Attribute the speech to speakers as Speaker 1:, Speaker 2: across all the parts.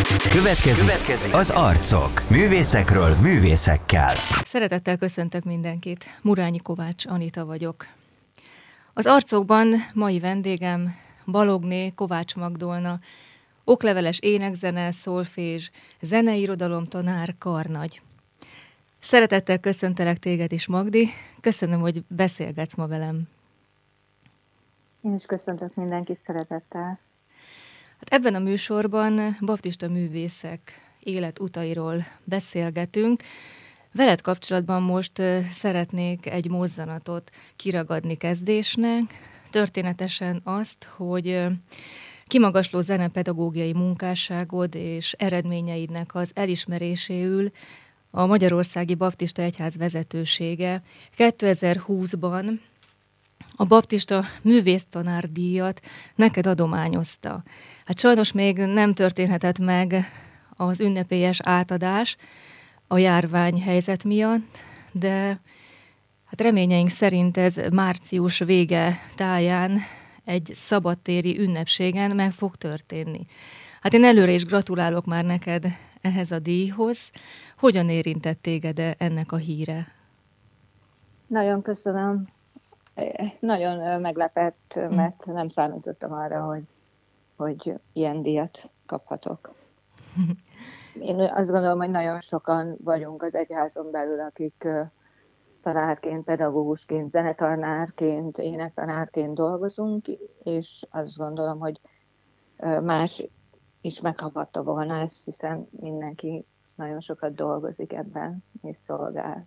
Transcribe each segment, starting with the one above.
Speaker 1: Következik az Arcok. Művészekről művészekkel.
Speaker 2: Szeretettel köszöntök mindenkit. Murányi Kovács Anita vagyok. Az Arcokban mai vendégem Balogné Kovács Magdolna, okleveles énekzene, szolfés, zenei irodalom tanár, karnagy. Szeretettel köszöntelek téged is, Magdi. Köszönöm, hogy beszélgetsz ma velem.
Speaker 3: Én is köszöntök mindenkit szeretettel.
Speaker 2: Hát ebben a műsorban baptista művészek életutairól beszélgetünk. Veled kapcsolatban most szeretnék egy mozzanatot kiragadni kezdésnek. Történetesen azt, hogy kimagasló zenepedagógiai munkásságod és eredményeidnek az elismeréséül a Magyarországi Baptista Egyház vezetősége 2020-ban a baptista művésztanárdíjat neked adományozta. Hát sajnos még nem történhetett meg az ünnepélyes átadás a járványhelyzet miatt, de hát reményeink szerint ez március vége táján egy szabadtéri ünnepségen meg fog történni. Hát én előre is gratulálok már neked ehhez a díjhoz. Hogyan érintett téged ennek a híre?
Speaker 3: Nagyon köszönöm. Nagyon meglepett, mert nem számítottam arra, hogy ilyen díjat kaphatok. Én azt gondolom, hogy nagyon sokan vagyunk az egyházon belül, akik tanárként, pedagógusként, zenetanárként, énektanárként dolgozunk, és azt gondolom, hogy más is megkaphatta volna ezt, hiszen mindenki nagyon sokat dolgozik ebben, és szolgál.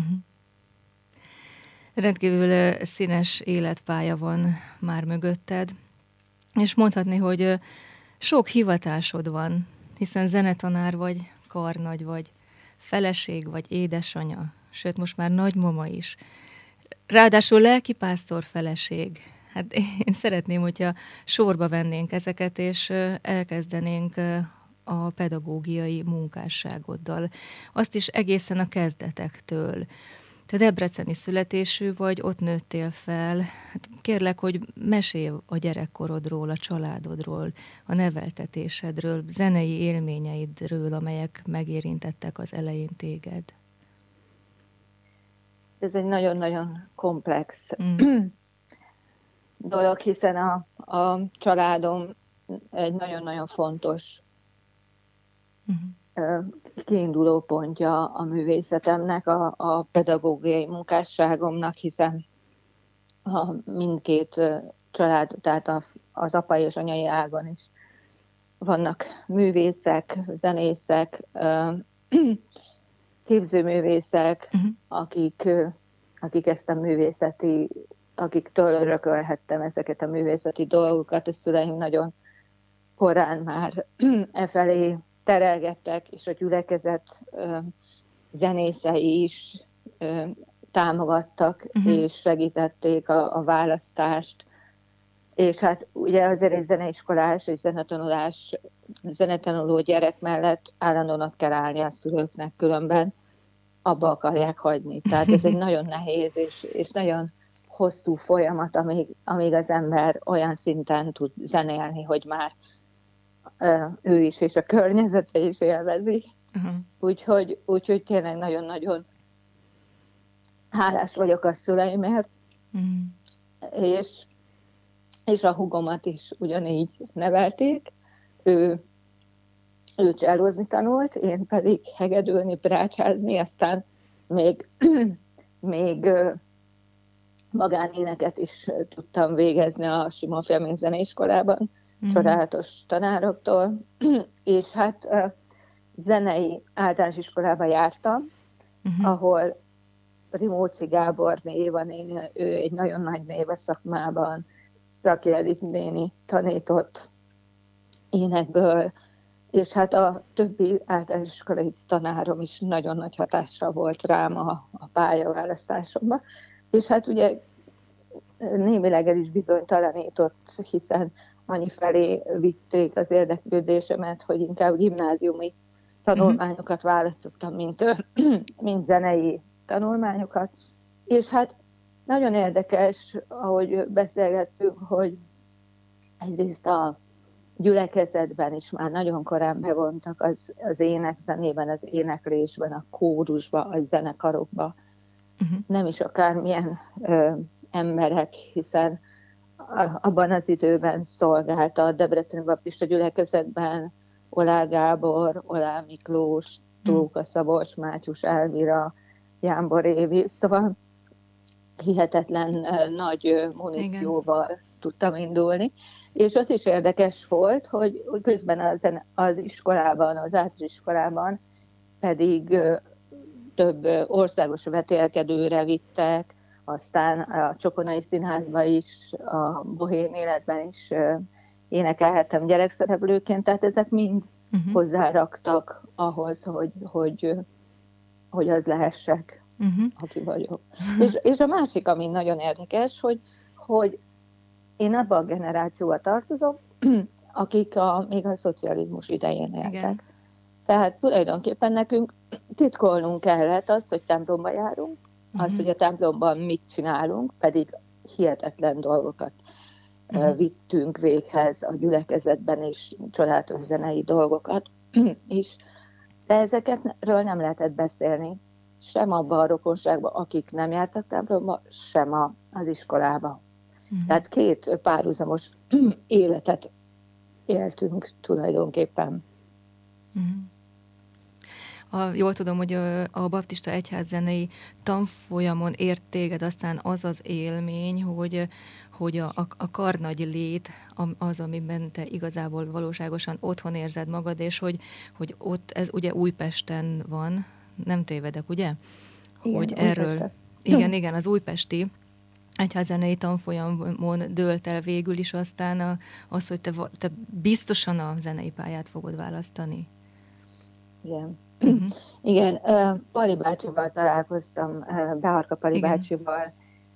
Speaker 2: Rendkívül színes életpálya van már mögötted, és mondhatni, hogy sok hivatásod van, hiszen zenetanár vagy, karnagy vagy, feleség vagy, édesanya, sőt most már nagymama is. Ráadásul lelkipásztor feleség. Hát én szeretném, hogyha sorba vennénk ezeket, és elkezdenénk a pedagógiai munkásságoddal. Azt is egészen a kezdetektől. Te debreceni születésű vagy, ott nőttél fel. Hát kérlek, hogy mesélj a gyerekkorodról, a családodról, a neveltetésedről, zenei élményeidről, amelyek megérintettek az elején téged.
Speaker 3: Ez egy nagyon-nagyon komplex dolog, hiszen a családom egy nagyon-nagyon fontos kiinduló pontja a művészetemnek, a pedagógiai munkásságomnak, hiszen mindkét család, tehát az apai és anyai ágon is vannak művészek, zenészek, képzőművészek, akik ezt a akiktől örökölhettem ezeket a művészeti dolgokat. A szüleim nagyon korán már efelé terelgettek, és a gyülekezet zenészei is támogattak, és segítették a választást. És hát ugye azért egy zeneiskolás és zenetanuló gyerek mellett állandóan ott kell állni a szülőknek, különben abba akarják hagyni. Tehát ez egy nagyon nehéz és nagyon hosszú folyamat, amíg az ember olyan szinten tud zenélni, hogy már ő is, és a környezete is élvezi. Úgyhogy tényleg nagyon-nagyon hálás vagyok a szüleimért, és a húgomat is ugyanígy nevelték. Ő csellozni tanult, én pedig hegedülni, brácsázni, aztán még magánéneket is tudtam végezni a Simon Félmény Zeneiskolában, csodálatos tanároktól, és hát zenei általános iskolába jártam, ahol Rimóci Gábor Éva néni, ő egy nagyon nagy név a szakmában, Szaki Edith néni tanított énekből, és hát a többi általános iskolai tanárom is nagyon nagy hatással volt rám a pályaválasztásomban. És hát ugye némileg el is bizonytalanított, hiszen annyi felé vitték az érdeklődésemet, hogy inkább gimnáziumi tanulmányokat választottam, mint zenei tanulmányokat. És hát nagyon érdekes, ahogy beszélgettünk, hogy egyrészt gyülekezetben is már nagyon korán bevontak az énekzenében, az éneklésben, a kórusba, a zenekarokba. Nem is akármilyen emberek, hiszen abban az időben szolgált a Debreceni Baptista gyülekezetben Oláh Gábor, Oláh Miklós, Tóka Szabolcs, Mátyus Elvira, Jámbor Évi, szóval hihetetlen nagy munícióval tudtam indulni. És az is érdekes volt, hogy közben az iskolában, az általános iskolában pedig több országos vetélkedőre vittek, aztán a Csokonai Színházban is, a Bohém Életben is énekelhettem gyerekszereplőként, tehát ezek mind hozzáraktak ahhoz, hogy az lehessek, aki vagyok. És a másik, ami nagyon érdekes, hogy én abban a generációba tartozom, akik még a szocializmus idején éltek. Igen. Tehát tulajdonképpen nekünk titkolnunk kellett azt, hogy templomba járunk, azt, hogy a templomban mit csinálunk, pedig hihetetlen dolgokat vittünk véghez a gyülekezetben, és csodálatos zenei dolgokat is. De ezekről nem lehetett beszélni, sem abban a rokonságban, akik nem jártak templomba, sem az iskolába. Tehát két párhuzamos életet éltünk tulajdonképpen.
Speaker 2: Jól tudom, hogy a baptista egyház zenei tanfolyamon ért téged aztán az az élmény, hogy a karnagy lét az, amiben te igazából valóságosan otthon érzed magad, és hogy ott ez ugye Újpesten van, nem tévedek, ugye?
Speaker 3: Igen,
Speaker 2: hogy erről, igen, az újpesti egyházzenei tanfolyamon dőlt el végül is aztán az, hogy te biztosan a zenei pályát fogod választani.
Speaker 3: Igen. Igen, Pali bácsival találkoztam, Beharka Pali bácsival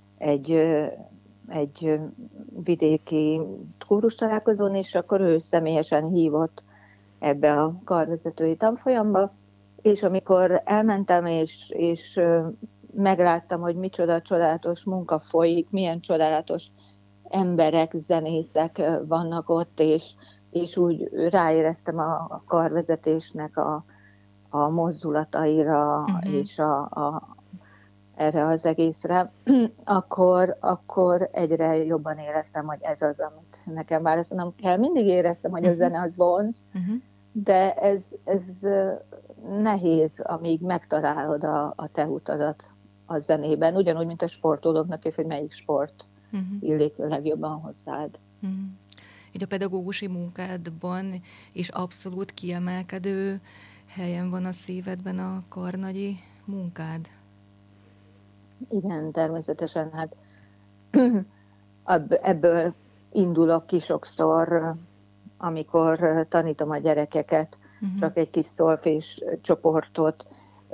Speaker 3: egy vidéki kórus találkozón, és akkor ő személyesen hívott ebbe a karvezetői tanfolyamba, és amikor elmentem, és megláttam, hogy micsoda csodálatos munka folyik, milyen csodálatos emberek, zenészek vannak ott, és úgy ráéreztem a karvezetésnek a mozdulataira, és erre az egészre, akkor egyre jobban éreztem, hogy ez az, amit nekem választanom kell. Mindig éreztem, hogy a zene az vonz, de ez nehéz, amíg megtalálod a te utadat a zenében, ugyanúgy, mint a sportolóknak, és hogy melyik sport illik legjobban hozzád.
Speaker 2: Így a pedagógusi munkádban is abszolút kiemelkedő helyen van a szívedben a karnagyi munkád?
Speaker 3: Igen, természetesen. Hát ebből indulok ki sokszor, amikor tanítom a gyerekeket, csak egy kis szolfés csoportot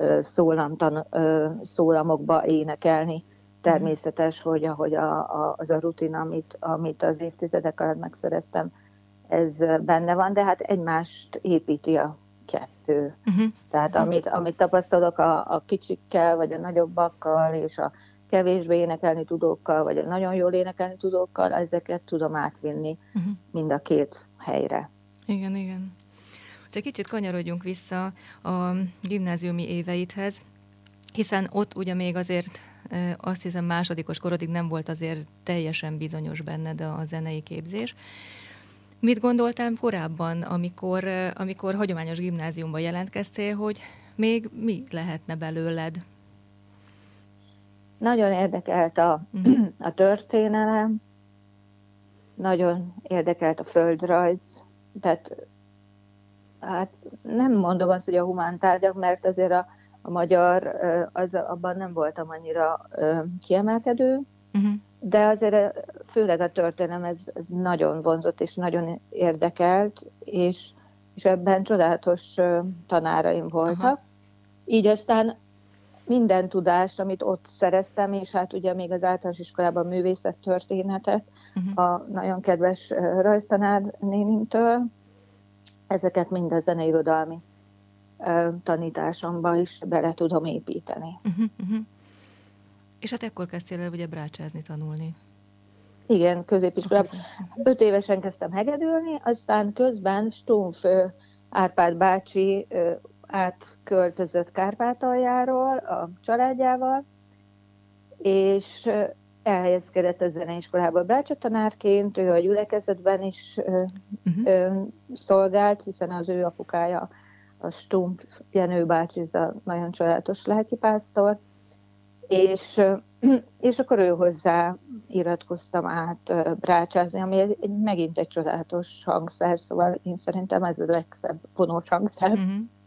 Speaker 3: szólamokba énekelni. Természetes, hogy ahogy az a rutin, amit az évtizedek alatt megszereztem, ez benne van, de hát egymást építi a kettő. Tehát amit tapasztalok a kicsikkel, vagy a nagyobbakkal, és a kevésbé énekelni tudókkal, vagy a nagyon jól énekelni tudókkal, ezeket tudom átvinni mind a két helyre.
Speaker 2: Igen. Csak kicsit kanyarodjunk vissza a gimnáziumi éveidhez, hiszen ott ugye még azért azt hiszem másodikos korodig nem volt azért teljesen bizonyos benned a zenei képzés. Mit gondoltál korábban, amikor hagyományos gimnáziumba jelentkeztél, hogy még mi lehetne belőled?
Speaker 3: Nagyon érdekelt a történelem, nagyon érdekelt a földrajz, tehát hát nem mondom azt, hogy a humántárgyak, mert azért a magyar abban nem voltam annyira kiemelkedő, de azért főleg a történelem ez nagyon vonzott és nagyon érdekelt, és ebben csodálatos tanáraim voltak. Így aztán minden tudást, amit ott szereztem, és hát ugye még az általános iskolában művészettörténetet a nagyon kedves rajztanár nénimtől, ezeket mind a zeneirodalmi tanításomba is bele tudom építeni.
Speaker 2: És hát ekkor kezdtél el ugye brácsázni tanulni.
Speaker 3: Igen, középiskolában. 5 évesen kezdtem hegedülni, aztán közben Stumpf Árpád bácsi átköltözött Kárpátaljáról a családjával, és elhelyezkedett a zeneiskolába bácsitanárként, ő a gyülekezetben is szolgált, hiszen az ő apukája, a Stumpf Jenő bácsi, ez a nagyon csodálatos lelkipásztor, és akkor ő hozzá iratkoztam át brácsázni, ami megint egy csodálatos hangszer, szóval én szerintem ez a legszebb vonós hangszer.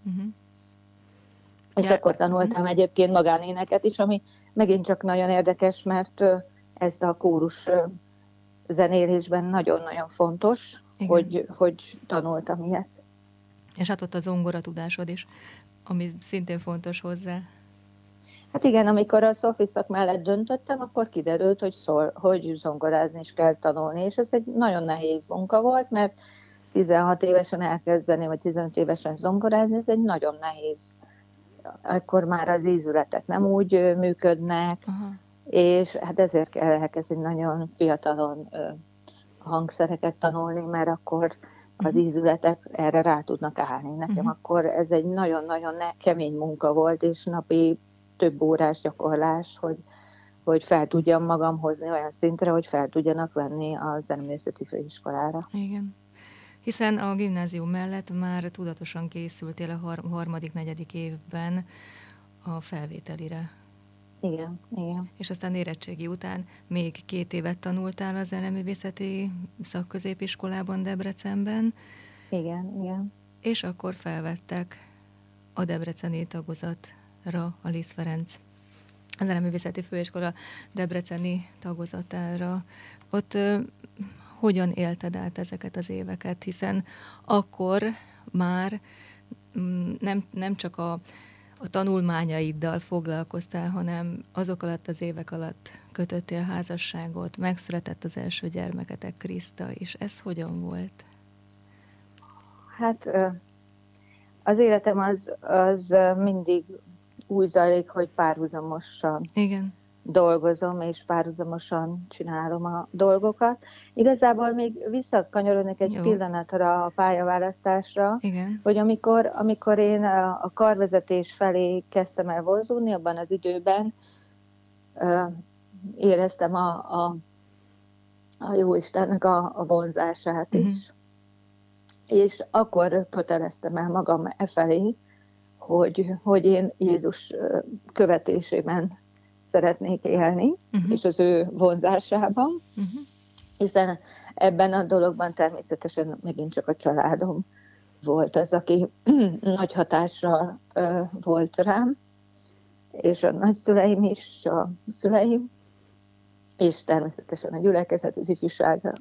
Speaker 3: És akkor tanultam egyébként magánéneket is, ami megint csak nagyon érdekes, mert ez a kórus zenélésben nagyon-nagyon fontos, hogy tanultam ilyet.
Speaker 2: És hát ott a zongoratudásod is, ami szintén fontos hozzá.
Speaker 3: Hát igen, amikor a szolfiszak mellett döntöttem, akkor kiderült, hogy zongorázni is kell tanulni, és ez egy nagyon nehéz munka volt, mert 16 évesen elkezdeni, vagy 15 évesen zongorázni, ez egy nagyon nehéz. Akkor már az ízületek nem úgy működnek, és hát ezért kell elkezdeni nagyon fiatalon hangszereket tanulni, mert akkor az ízületek erre rá tudnak állni. Nekem akkor ez egy nagyon-nagyon kemény munka volt, és napi több órás gyakorlás, hogy fel tudjam magam hozni olyan szintre, hogy fel tudjanak venni a zeneművészeti főiskolára.
Speaker 2: Igen. Hiszen a gimnázium mellett már tudatosan készültél a harmadik-negyedik évben a felvételire.
Speaker 3: Igen.
Speaker 2: És aztán érettségi után még 2 évet tanultál a zeneművészeti szakközépiskolában Debrecenben.
Speaker 3: Igen.
Speaker 2: És akkor felvettek a debreceni tagozatra, a Liszt Ferenc a zeneművészeti főiskola debreceni tagozatára. Ott hogyan élted át ezeket az éveket? Hiszen akkor már nem csak a tanulmányaiddal foglalkoztál, hanem azok alatt az évek alatt kötöttél házasságot, megszületett az első gyermeketek, Kriszta, és ez hogyan volt?
Speaker 3: Hát az életem az mindig úgy zajlik, hogy párhuzamosan dolgozom, és párhuzamosan csinálom a dolgokat. Igazából még visszakanyarodnék egy pillanatra a pályaválasztásra, hogy amikor én a karvezetés felé kezdtem el vonzódni, abban az időben éreztem a Jóistennek a vonzását is. És akkor köteleztem el magam felé, hogy én Jézus követésében szeretnék élni, és az ő vonzásában, hiszen ebben a dologban természetesen megint csak a családom volt az, aki nagy hatással volt rám, és a nagyszüleim is, a szüleim, és természetesen a gyülekezet, az ifjúság,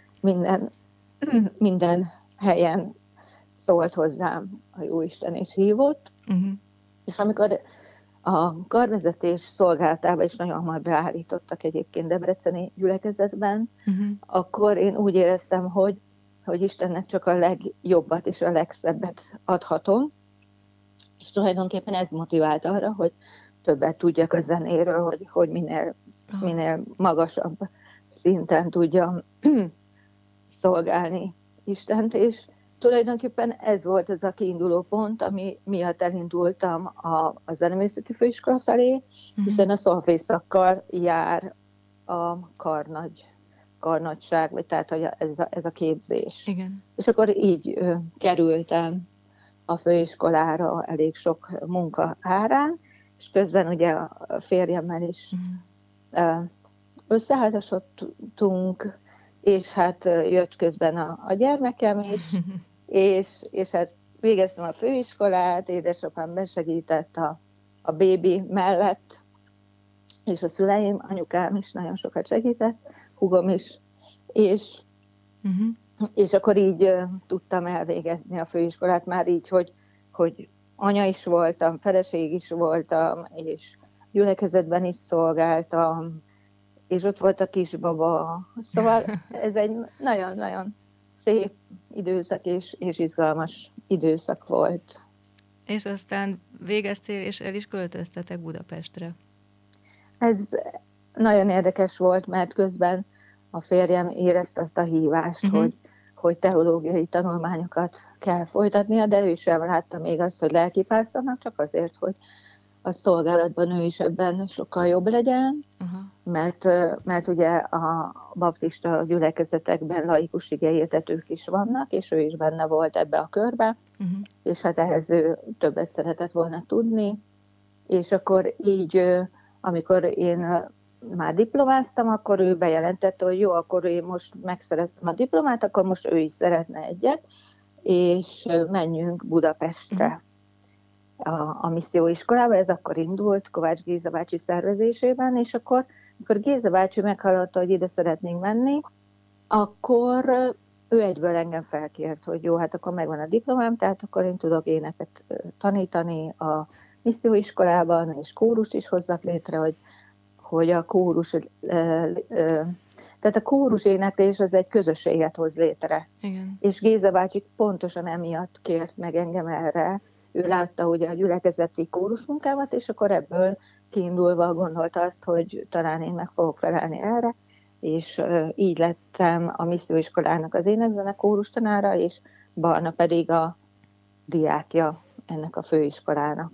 Speaker 3: minden helyen szólt hozzám a Jóisten és hívott, és amikor a karvezetés szolgálatába is nagyon hamar beállítottak egyébként debreceni gyülekezetben, akkor én úgy éreztem, hogy Istennek csak a legjobbat és a legszebbet adhatom, és tulajdonképpen ez motivált arra, hogy többet tudjak a zenéről, hogy minél magasabb szinten tudjam szolgálni Istent, és tulajdonképpen ez volt az a kiinduló pont, ami miatt elindultam a zeneművészeti főiskola felé, hiszen a szolfészakkal jár a karnagyság, vagy tehát ez a képzés.
Speaker 2: Igen.
Speaker 3: És akkor így kerültem a főiskolára elég sok munka árán, és közben ugye a férjemmel is összeházasodtunk, és hát jött közben a gyermekem is, és hát végeztem a főiskolát, édesapám besegített a bébi mellett, és a szüleim, anyukám is nagyon sokat segített, húgom is, és akkor így tudtam elvégezni a főiskolát, már így, hogy anya is voltam, feleség is voltam, és gyülekezetben is szolgáltam, és ott volt a kisbaba. Szóval ez egy nagyon-nagyon szép időszak és izgalmas időszak volt.
Speaker 2: És aztán végeztél, és el is költöztetek Budapestre.
Speaker 3: Ez nagyon érdekes volt, mert közben a férjem érezte azt a hívást, hogy teológiai tanulmányokat kell folytatnia, de ő sem látta még azt, hogy lelkipásztornak, csak azért, hogy a szolgálatban ő is ebben sokkal jobb legyen, mert ugye a baptista gyülekezetekben laikus igehirdetők is vannak, és ő is benne volt ebbe a körbe, és hát ehhez ő többet szeretett volna tudni, és akkor így, amikor én már diplomáztam, akkor ő bejelentette, hogy jó, akkor én most megszereztem a diplomát, akkor most ő is szeretne egyet, és menjünk Budapestre a misszióiskolába. Ez akkor indult Kovács Géza bácsi szervezésében, és akkor, amikor Géza bácsi meghallotta, hogy ide szeretnénk menni, akkor ő egyből engem felkért, hogy jó, hát akkor megvan a diplomám, tehát akkor én tudok éneket tanítani a misszióiskolában, és kórust is hozzak létre, hogy a kórus, tehát a kórus éneklés az egy közösséget hoz létre.
Speaker 2: Igen.
Speaker 3: És Géza bácsi pontosan emiatt kért meg engem erre. Ő látta ugye a gyülekezeti kórusmunkámat, és akkor ebből kiindulva gondolta azt, hogy talán én meg fogok felelni erre, és így lettem a misszióiskolának az énekzene kórustanára, és Barna pedig a diákja ennek a főiskolának.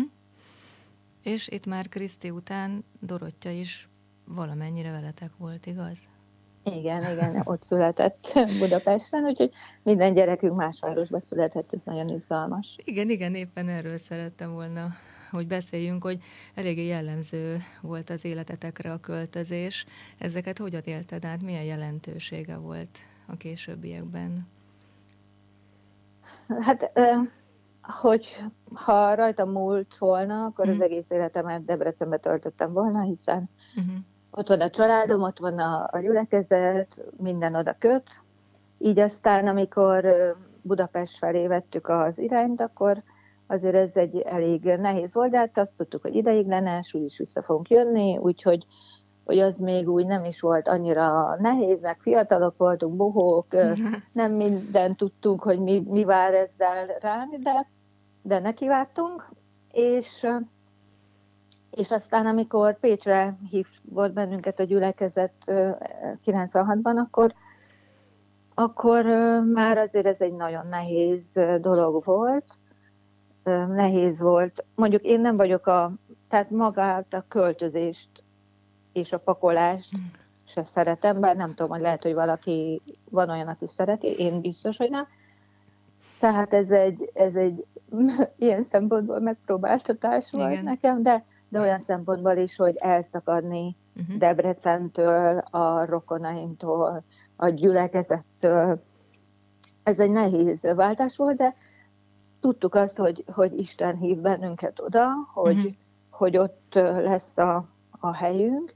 Speaker 2: És itt már Kriszti után Dorottya is valamennyire veletek volt, igaz?
Speaker 3: Igen, ott született Budapesten, úgyhogy minden gyerekünk más városban született, ez nagyon izgalmas.
Speaker 2: Igen, éppen erről szerettem volna, hogy beszéljünk, hogy eléggé jellemző volt az életetekre a költözés. Ezeket hogyan élted át, milyen jelentősége volt a későbbiekben?
Speaker 3: Hát, hogy ha rajta múlt volna, akkor az egész életemet Debrecenbe töltöttem volna, hiszen ott van a családom, ott van a gyülekezet, minden oda köt. Így aztán, amikor Budapest felé vettük az irányt, akkor azért ez egy elég nehéz volt, de hát azt tudtuk, hogy ideiglenes, úgyis vissza fogunk jönni, úgyhogy hogy az még úgy nem is volt annyira nehéz, meg fiatalok voltunk, bohók, nem minden tudtunk, hogy mi vár ezzel rám, de nekivágtunk, és aztán, amikor Pécsre hívott bennünket a gyülekezet 96-ban, akkor már azért ez egy nagyon nehéz dolog volt. Nehéz volt. Mondjuk én nem vagyok tehát magát a költözést és a pakolást se szeretem, bár nem tudom, hogy lehet, hogy valaki van olyan, aki szereti, én biztos, hogy nem. Tehát ez egy ilyen szempontból megpróbáltatás volt nekem, de olyan szempontból is, hogy elszakadni Debrecentől, a rokonaimtól, a gyülekezettől. Ez egy nehéz váltás volt, de tudtuk azt, hogy Isten hív bennünket oda, hogy ott lesz a helyünk,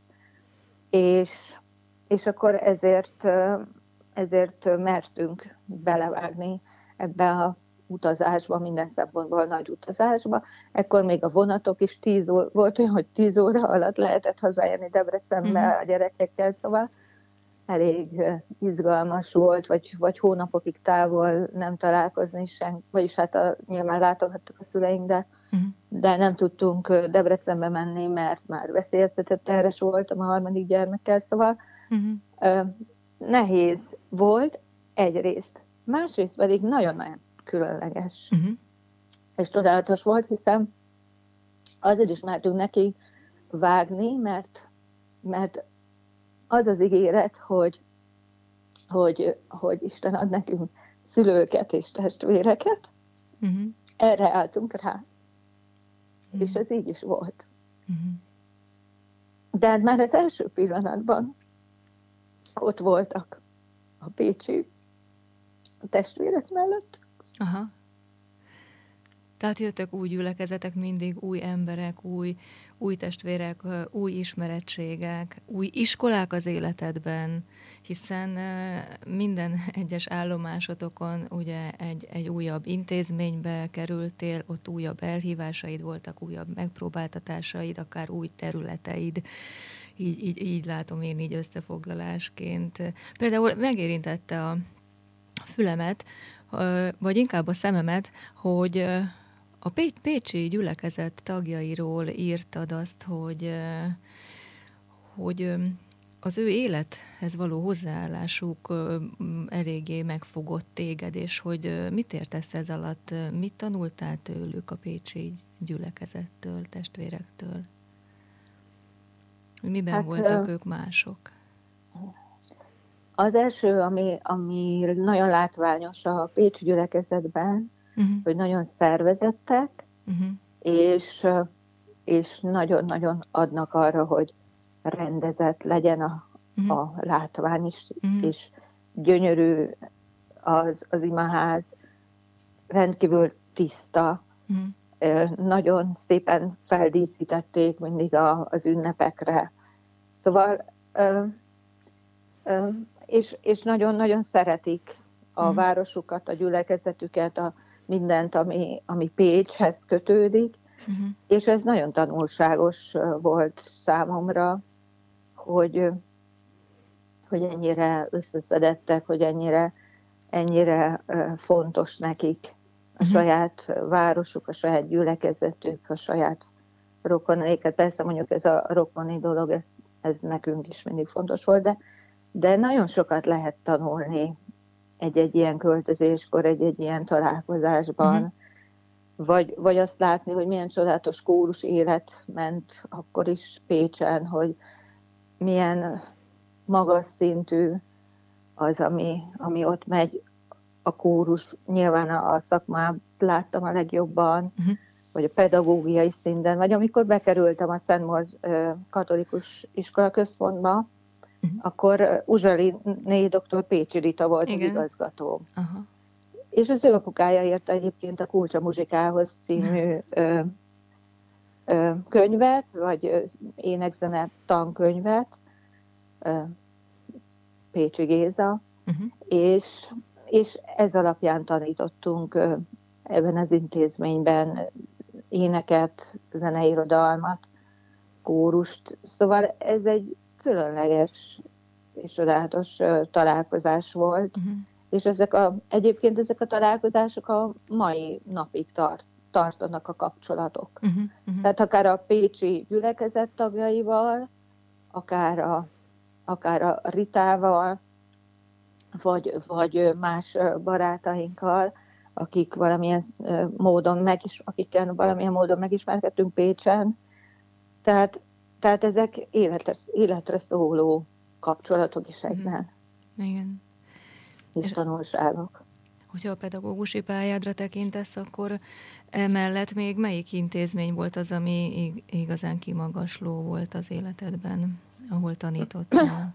Speaker 3: és akkor ezért mertünk belevágni ebbe a utazásba, minden szempontból nagy utazásba. Ekkor még a vonatok is volt olyan, hogy 10 óra alatt lehetett hazaérni Debrecenbe a gyerekekkel, szóval elég izgalmas volt, vagy hónapokig távol nem találkozni sem, vagyis hát nyilván látogattuk a szüleink, de nem tudtunk Debrecenbe menni, mert már veszélyeztetett terhes voltam a 3. gyermekkel, szóval nehéz volt egyrészt, másrészt pedig nagyon-nagyon különleges. És csodálatos volt, hiszen azért is mertünk neki vágni, mert az az ígéret, hogy Isten ad nekünk szülőket és testvéreket, erre álltunk rá. És ez így is volt. De hát már az első pillanatban ott voltak a pécsi testvérek mellett.
Speaker 2: Aha. Tehát jöttek új gyülekezetek, mindig új emberek, új testvérek, új ismerettségek, új iskolák az életedben, hiszen minden egyes állomásotokon ugye egy újabb intézménybe kerültél, ott újabb elhívásaid voltak, újabb megpróbáltatásaid, akár új területeid. Így látom én így összefoglalásként. Például megérintette a fülemet, vagy inkább a szememet, hogy a pécsi gyülekezet tagjairól írtad azt, hogy Az ő élethez való hozzáállásuk eléggé megfogott téged, és hogy mit értesz ez alatt, mit tanultál tőlük, a pécsi gyülekezettől, testvérektől? Miben voltak ők mások?
Speaker 3: Az első, ami nagyon látványos a pécsi gyülekezetben, hogy nagyon szervezettek, és nagyon-nagyon adnak arra, hogy rendezett legyen a látvány is, és gyönyörű az imaház, rendkívül tiszta, nagyon szépen feldíszítették mindig az ünnepekre. Szóval, és nagyon-nagyon szeretik a városukat, a gyülekezetüket, mindent, ami Pécshez kötődik, és ez nagyon tanulságos volt számomra, hogy ennyire összeszedettek, hogy ennyire fontos nekik a saját városuk, a saját gyülekezetük, a saját rokonaikat. Persze mondjuk ez a rokoni dolog, ez nekünk is mindig fontos volt, de nagyon sokat lehet tanulni egy-egy ilyen költözéskor, egy-egy ilyen találkozásban, vagy azt látni, hogy milyen csodálatos kórus élet ment akkor is Pécsen, hogy milyen magas szintű az, ami ott megy a kórus. Nyilván a szakmát láttam a legjobban, vagy a pedagógiai szinten, vagy amikor bekerültem a Szent Moritz katolikus iskolaközpontba, akkor Uzsali dr. Pécsi Rita volt az igazgató. Aha. És az ő apukája írta egyébként a Kulcs a muzsikához című könyvet, vagy énekzene tankönyvet, Pécsi Géza, és ez alapján tanítottunk ebben az intézményben éneket, zeneirodalmat, kórust. Szóval ez egy különleges és csodálatos találkozás volt, és egyébként ezek a találkozások a mai napig tartanak a kapcsolatok. Tehát akár a pécsi gyülekezet tagjaival, akár a Ritával, vagy más barátainkkal, akikkel valamilyen módon megismerkedtünk Pécsen. Tehát ezek életre szóló kapcsolatok is egyben.
Speaker 2: Igen.
Speaker 3: És tanulságok.
Speaker 2: Hogyha a pedagógusi pályádra tekintesz, akkor emellett még melyik intézmény volt az, ami igazán kimagasló volt az életedben, ahol tanítottál?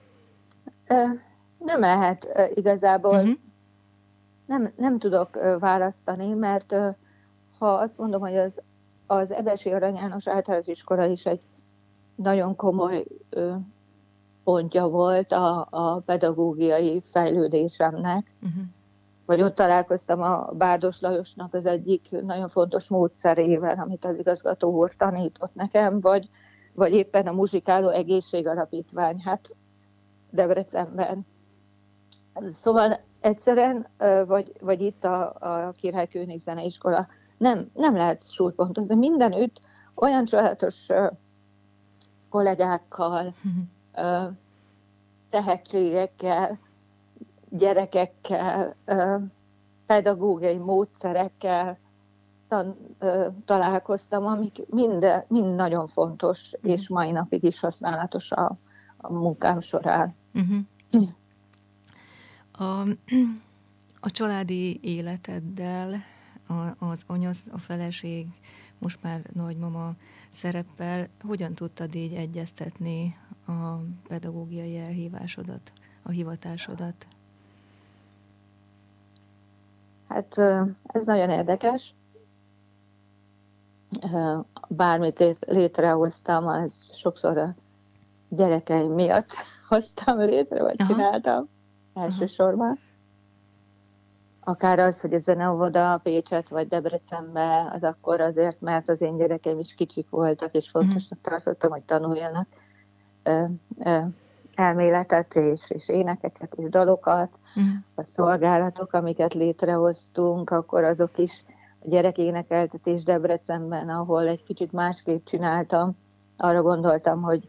Speaker 2: Nem lehet igazából, nem tudok választani, mert ha azt mondom, hogy az Ebesi Arany János Általános Iskola is egy nagyon komoly pontja volt a pedagógiai fejlődésemnek, vagy ott találkoztam a Bárdos Lajosnak az egyik nagyon fontos módszerével, amit az igazgató úr tanított nekem, vagy éppen a Muzsikáló Egészségalapítvány, hát Debrecenben. Szóval egyszerűen, vagy itt a Király König Zeneiskola, nem lehet súlypontozni. Mindenütt olyan csodálatos kollégákkal, tehetségekkel, gyerekekkel, pedagógiai módszerekkel találkoztam, amik mind nagyon fontos, és mai napig is használatos a munkám során. A családi életeddel, az anyasz, a feleség, most már nagymama szereppel, hogyan tudtad így egyeztetni a pedagógiai elhívásodat, a hivatásodat?
Speaker 3: Hát ez nagyon érdekes. Bármit létrehoztam, az sokszor a gyerekeim miatt hoztam létre, vagy csináltam elsősorban. Akár az, hogy a zeneóvoda Pécset vagy Debrecenbe, az akkor azért, mert az én gyerekeim is kicsik voltak, és fontosnak tartottam, hogy tanuljanak elméletet, és énekeket, és dalokat. A szolgálatok, amiket létrehoztunk, akkor azok is a gyerekénekeltetés Debrecenben, ahol egy kicsit másképp csináltam. Arra gondoltam,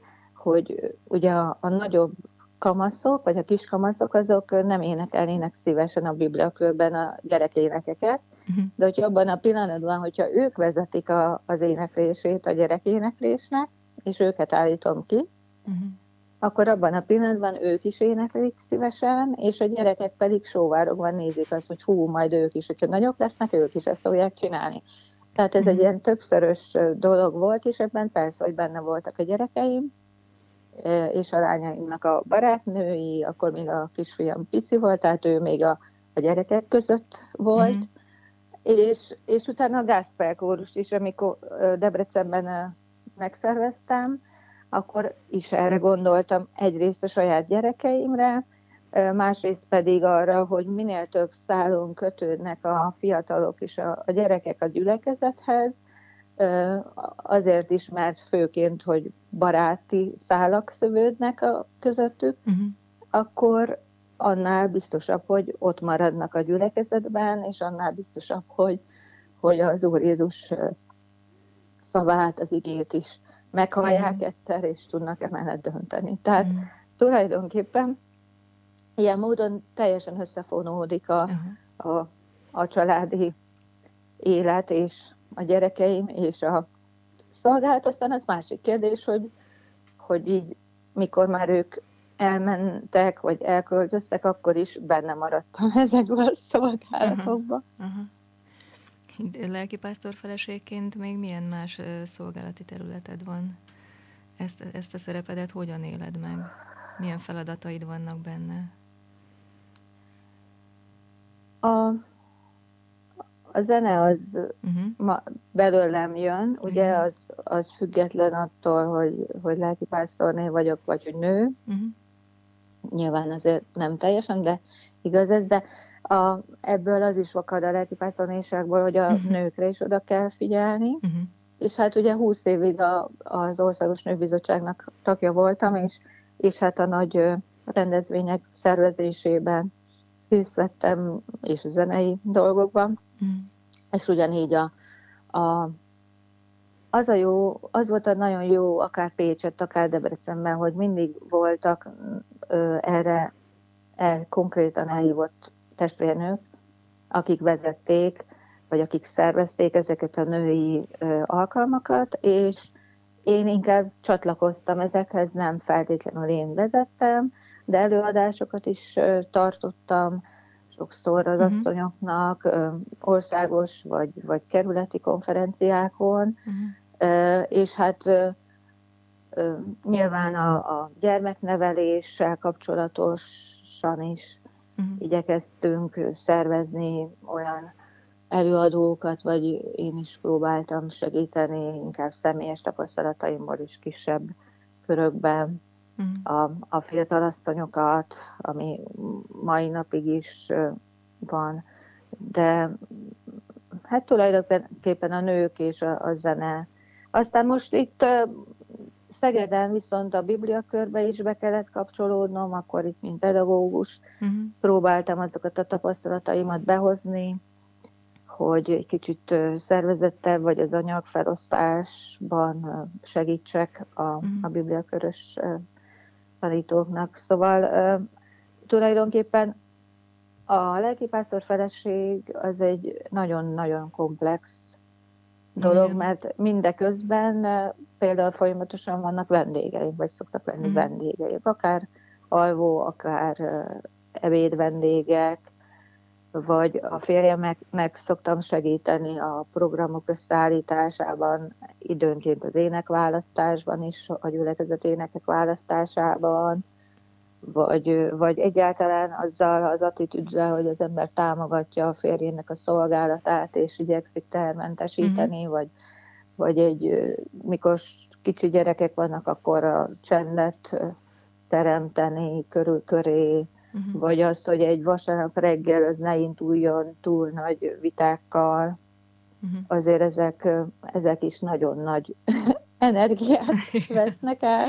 Speaker 3: hogy ugye a nagyobb kamaszok, vagy a kiskamaszok, azok nem énekelnének szívesen a bibliakörben a gyerekénekeket, de hogy abban a pillanatban, hogyha ők vezetik az éneklését a gyerekéneklésnek, és őket állítom ki, akkor abban a pillanatban ők is éneklik szívesen, és a gyerekek pedig sóvárogva nézik azt, hogy hú, majd ők is, hogyha nagyok lesznek, ők is ezt fogják csinálni. Tehát ez egy ilyen többszörös dolog volt, és ebben persze, hogy benne voltak a gyerekeim, és a lányaimnak a barátnői, akkor még a kisfiam pici volt, tehát ő még a gyerekek között volt, és utána a Gospel kórus is, amikor Debrecenben megszerveztem, akkor is erre gondoltam, egyrészt a saját gyerekeimre, másrészt pedig arra, hogy minél több szálon kötődnek a fiatalok és a gyerekek a gyülekezethez, azért is, mert főként, hogy baráti szálak szövődnek közöttük, akkor annál biztosabb, hogy ott maradnak a gyülekezetben, és annál biztosabb, hogy az Úr Jézus szavát, az igét is meghallják egyszer, és tudnak emellett dönteni. Tehát tulajdonképpen ilyen módon teljesen összefonódik a családi élet, és a gyerekeim, és a szolgálat. Aztán az másik kérdés, hogy így, mikor már ők elmentek, vagy elköltöztek, akkor is benne maradtam ezekben a szolgálatokban.
Speaker 2: Lelkipásztor feleségként még milyen más szolgálati területed van? Ezt a szerepedet hogyan éled meg? Milyen feladataid vannak benne?
Speaker 3: A zene az belőlem jön, ugye az független attól, hogy lelkipásztorné vagyok, vagy hogy nő. Nyilván azért nem teljesen, de igaz ez, de ebből az is fakad a lelkipásztornéságból, hogy a nőkre is oda kell figyelni. És hát ugye 20 évig az Országos Nőbizottságnak tagja voltam, és hát a nagy rendezvények szervezésében részt vettem, és a zenei dolgokban. És ugyanígy az volt a nagyon jó, akár Pécsett, akár Debrecenben, hogy mindig voltak erre konkrétan elhívott testvérnők, akik vezették, vagy akik szervezték ezeket a női alkalmakat, és én inkább csatlakoztam ezekhez, nem feltétlenül én vezettem, de előadásokat is tartottam, sokszor az asszonyoknak országos vagy kerületi konferenciákon, és hát nyilván a gyermekneveléssel kapcsolatosan is igyekeztünk szervezni olyan előadókat, vagy én is próbáltam segíteni, inkább személyes tapasztalataimból is kisebb körökben a fiatalasszonyokat, ami mai napig is van, de hát tulajdonképpen a nők és a zene. Aztán most itt Szegeden viszont a bibliakörbe is be kellett kapcsolódnom, akkor itt, mint pedagógus, próbáltam azokat a tapasztalataimat behozni, hogy egy kicsit szervezettebb, vagy az anyagfelosztásban segítsek a bibliakörös tanítóknak. Szóval tulajdonképpen a lelkipásztor feleség az egy nagyon-nagyon komplex dolog, mert mindeközben például folyamatosan vannak vendégeink, vagy szoktak lenni vendégeink, akár alvó, akár ebéd vendégek, vagy a férjemnek szoktam segíteni a programok összeállításában, időnként az énekválasztásban is, a gyülekezet énekek választásában, vagy egyáltalán azzal az attitűddel, hogy az ember támogatja a férjének a szolgálatát, és igyekszik termentesíteni, vagy mikor kicsi gyerekek vannak, akkor a csendet teremteni köré, vagy az, hogy egy vasárnap reggel az ne induljon túl nagy vitákkal. Azért ezek is nagyon nagy energiát vesznek el.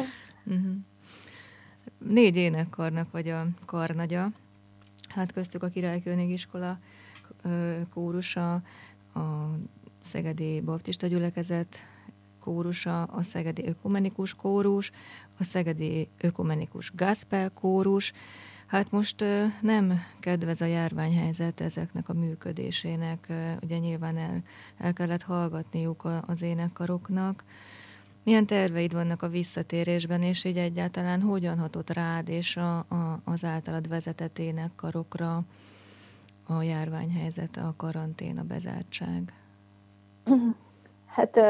Speaker 2: 4 énekkarnak vagy a karnagya, hát köztük a Király Königiskola kórusa, a Szegedi Baptista Gyülekezet kórus, a Szegedi Ökumenikus Kórus, a Szegedi Ökumenikus Gospel Kórus. Hát most nem kedvez a járványhelyzet ezeknek a működésének, ugye nyilván el kellett hallgatniuk az énekkaroknak. Milyen terveid vannak a visszatérésben, és így egyáltalán hogyan hatott rád és az általad vezetett énekkarokra a járványhelyzet, a karantén, a bezártság?
Speaker 3: Hát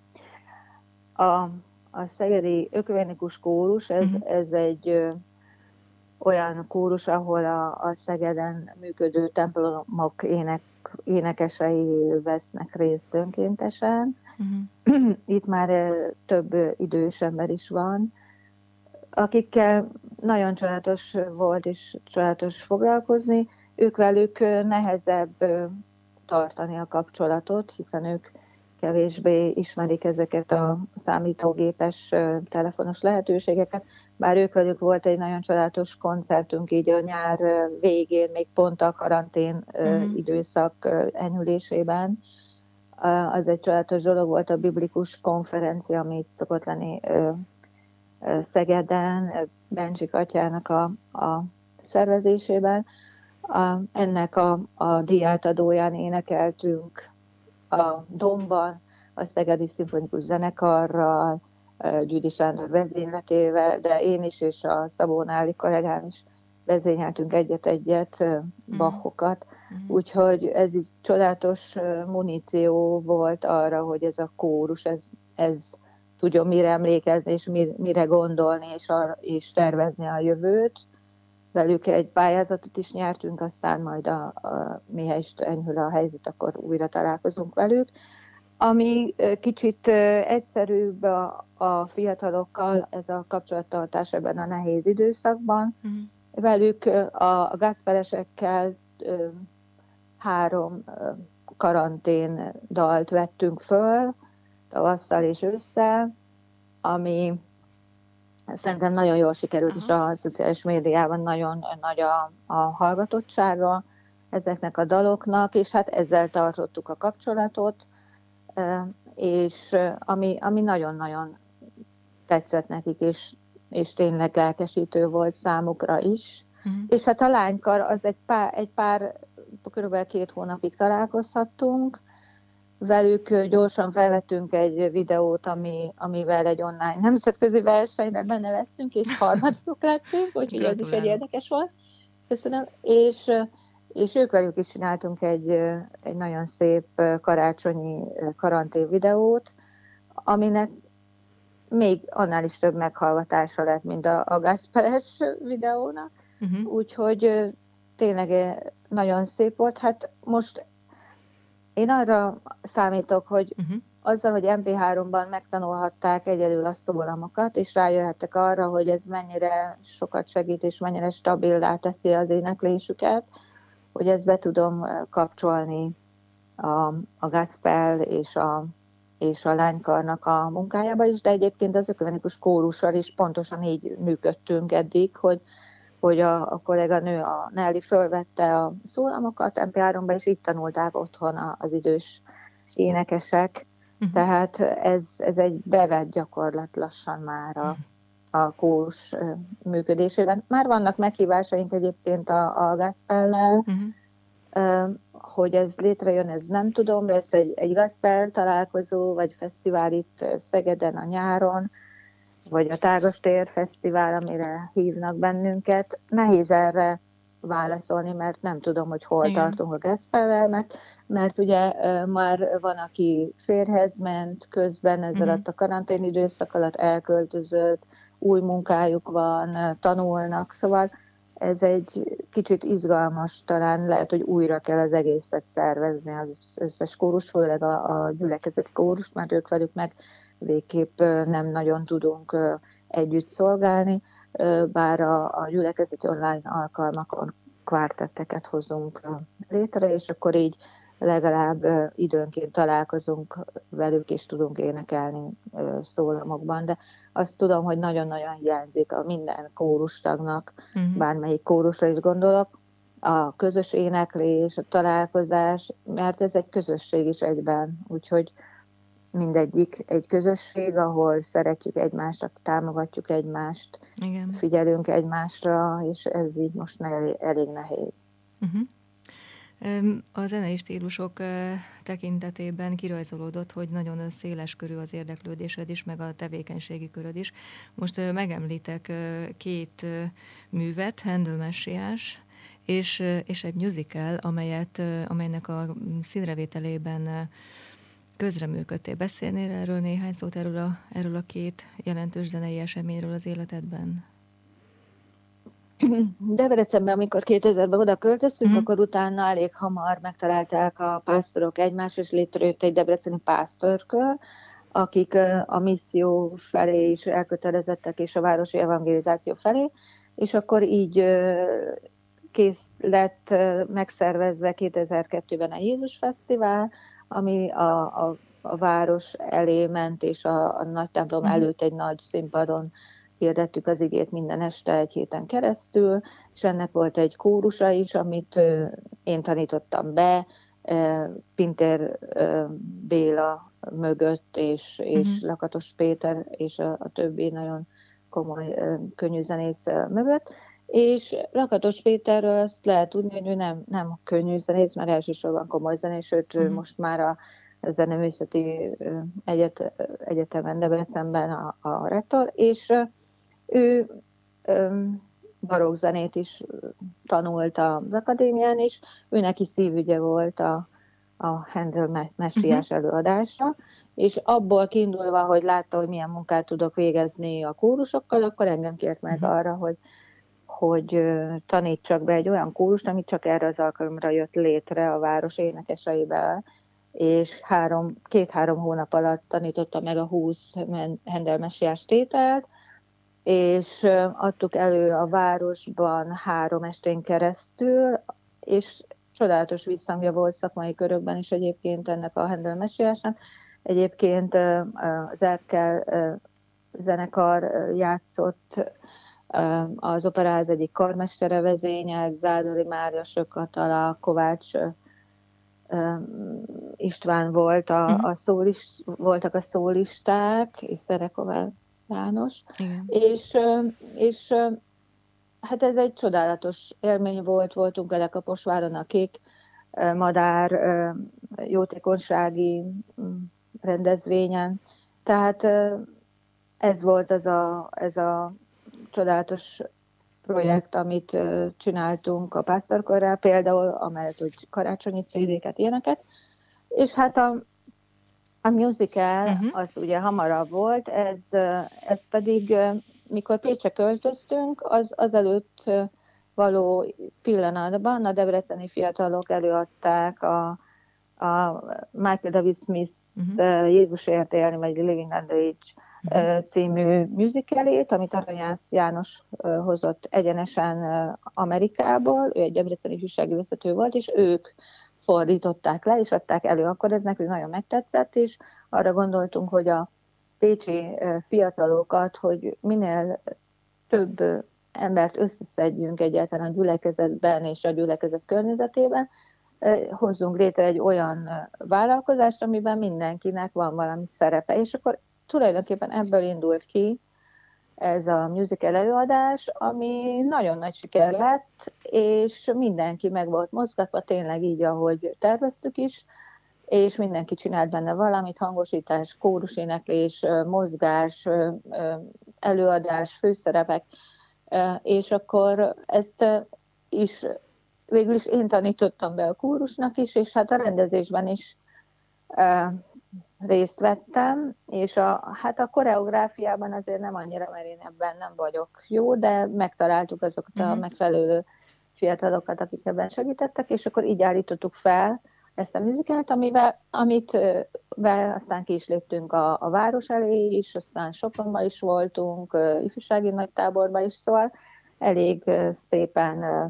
Speaker 3: a Szegedi Ökumenikus Kórus, ez egy olyan kórus, ahol a Szegeden működő templomok énekesei vesznek részt önkéntesen. Itt már több idős ember is van, akikkel nagyon csodálatos volt és csodálatos foglalkozni. Ők velük nehezebb tartani a kapcsolatot, hiszen ők kevésbé ismerik ezeket a számítógépes telefonos lehetőségeket, bár ők velük volt egy nagyon csodálatos koncertünk így a nyár végén, még pont a karantén időszak enyhülésében. Az egy csodálatos dolog volt, a biblikus konferencia, ami itt szokott lenni Szegeden, Bencsik atyának a szervezésében. Ennek a díjátadóján énekeltünk a Domban, a Szegedi Szimfonikus Zenekarral, Gyüdi Sándor vezényletével, de én is és a Szabó Náli kollégám is vezényeltünk egyet-egyet Bachokat. Úgyhogy ez így csodálatos muníció volt arra, hogy ez a kórus, ez tudjon mire emlékezni, és mire gondolni, és tervezni a jövőt. Velük egy pályázatot is nyertünk, aztán majd mihelyest enyhül a helyzet, akkor újra találkozunk velük. Ami kicsit egyszerűbb a fiatalokkal, ez a kapcsolattartás ebben a nehéz időszakban. Velük a gázperesekkel 3 karantén dalt vettünk föl, tavasszal és ősszel, ami szerintem nagyon jól sikerült, és a szociális médiában nagyon nagy a hallgatottsága ezeknek a daloknak, és hát ezzel tartottuk a kapcsolatot, és ami nagyon-nagyon tetszett nekik, és tényleg lelkesítő volt számukra is. És hát a lánykar az egy pár kb. 2 hónapig találkozhattunk. Velük gyorsan felvettünk egy videót, amivel egy online nemzetközi versenyben benne veszünk, és harmadikok lettünk, úgyhogy ez is egy érdekes volt. Köszönöm. És ők velük is csináltunk egy nagyon szép karácsonyi karantén videót, aminek még annál is több meghallgatása lett, mint a gazperes videónak. Úgyhogy tényleg nagyon szép volt. Hát most én arra számítok, hogy azzal, hogy MP3-ban megtanulhatták egyedül a szólamokat, és rájöhettek arra, hogy ez mennyire sokat segít, és mennyire stabilá teszi az éneklésüket, hogy ezt be tudom kapcsolni a gospel és a lánykarnak a munkájába is, de egyébként az ökumenikus kórussal is pontosan így működtünk eddig, hogy a kolléganő, a Nelly fölvette a szólamokat MP3-ba, és így tanulták otthon az idős énekesek. Tehát ez egy bevett gyakorlat lassan már a kórus működésében. Már vannak meghívásaink egyébként a gospellel, hogy ez létrejön, ez nem tudom, lesz egy gospel találkozó, vagy fesztivál itt Szegeden a nyáron, vagy a Tágastér Fesztivál, amire hívnak bennünket. Nehéz erre válaszolni, mert nem tudom, hogy hol tartunk a gospellel, mert ugye már van, aki férjhez ment közben, ez alatt a karantén időszak alatt elköltözött, új munkájuk van, tanulnak, szóval ez egy kicsit izgalmas, talán lehet, hogy újra kell az egészet szervezni, az összes kórus, főleg a gyülekezeti kórust, mert ők velük meg végképp nem nagyon tudunk együtt szolgálni, bár a gyülekezeti online alkalmakon kvártetteket hozunk létre, és akkor így legalább időnként találkozunk velük, és tudunk énekelni szólamokban, de azt tudom, hogy nagyon-nagyon hiányzik a minden kórustagnak, bármelyik kórusra is gondolok, a közös éneklés, a találkozás, mert ez egy közösség is egyben, úgyhogy mindegyik egy közösség, ahol szeretjük egymást, támogatjuk egymást,
Speaker 2: Igen.
Speaker 3: figyelünk egymásra, és ez így most elég nehéz.
Speaker 2: A zenei stílusok tekintetében kirajzolódott, hogy nagyon széles körű az érdeklődésed is, meg a tevékenységi köröd is. Most megemlítek két művet, Handel Messiás és egy musical, amelynek a színrevételében közreműködtél. Beszélnél erről néhány szót, erről a két jelentős zenei eseményről az életedben?
Speaker 3: Debrecenben, amikor 2000-ben oda költöztünk, akkor utána elég hamar megtalálták a pásztorok egymást, és létrejött egy debreceni pásztorkör, akik a misszió felé is elkötelezettek, és a városi evangelizáció felé, és akkor így kész lett megszervezve 2002-ben a Jézus Fesztivál, ami a város elé ment, és a nagy templom előtt egy nagy színpadon hirdettük az igét minden este egy héten keresztül, és ennek volt egy kórusa is, amit én tanítottam be, Pintér Béla mögött, és Lakatos Péter, és a többi nagyon komoly könnyűzenész mögött. És Lakatos Péterről azt lehet tudni, hogy ő nem könnyűzenész, mert elsősorban komoly zenés, sőt most már a Zeneművészeti Egyetemen Debrecenben a rektor, és ő barokkzenét is tanult az akadémián, és őnek is szívügye volt a Handel Messiás előadása, és abból kiindulva, hogy látta, hogy milyen munkát tudok végezni a kórusokkal, akkor engem kért meg arra, hogy tanítsak be egy olyan kórust, amit csak erre az alkalomra jött létre a város énekeseivel, és 2-3 hónap alatt tanította meg a 20 Handel Messiás tételt, és adtuk elő a városban 3 estén keresztül, és csodálatos visszhangja volt szakmai körökben is egyébként ennek a Handel Messiásnak. Egyébként az Erkel zenekar játszott, az Operaház egyik karmestere vezényelt, Zádori Mária, Sökatala, Kovács István volt voltak a szólisták, és Szereková János. És hát ez egy csodálatos élmény voltunk a Kaposváron a Kék Madár jótékonysági rendezvényen. Tehát ez volt ez a csodálatos projekt, amit csináltunk a pásztorkorral, például amellett, hogy karácsonyi CD-ket, ilyeneket. És hát a musical az ugye hamarabb volt, ez pedig, mikor Pécsre költöztünk, azelőtt való pillanatban a debreceni fiatalok előadták a Michael David Smith Jézusért élni, vagy Living on the Edge című musicalét, amit Aranyász János hozott egyenesen Amerikából, ő egy debreceni ifjúsági vezető volt, és ők fordították le, és adták elő. Akkor ez nekünk nagyon megtetszett, és arra gondoltunk, hogy a pécsi fiatalokat, hogy minél több embert összeszedjünk egyáltalán a gyülekezetben és a gyülekezet környezetében, hozzunk létre egy olyan vállalkozást, amiben mindenkinek van valami szerepe. És akkor tulajdonképpen ebből indult ki ez a musical előadás, ami nagyon nagy siker lett, és mindenki meg volt mozgatva, tényleg így, ahogy terveztük is, és mindenki csinált benne valamit, hangosítás, kóruséneklés, mozgás, előadás, főszerepek, és akkor ezt is végül is én tanítottam be a kórusnak is, és hát a rendezésben is részt vettem, és a koreográfiában azért nem annyira, mert én ebben nem vagyok jó, de megtaláltuk azokat a megfelelő fiatalokat, akik ebben segítettek, és akkor így állítottuk fel ezt a musicalt, amit aztán ki is léptünk a város elé is, aztán Sopronban is voltunk, ifjúsági nagytáborban is, szóval elég szépen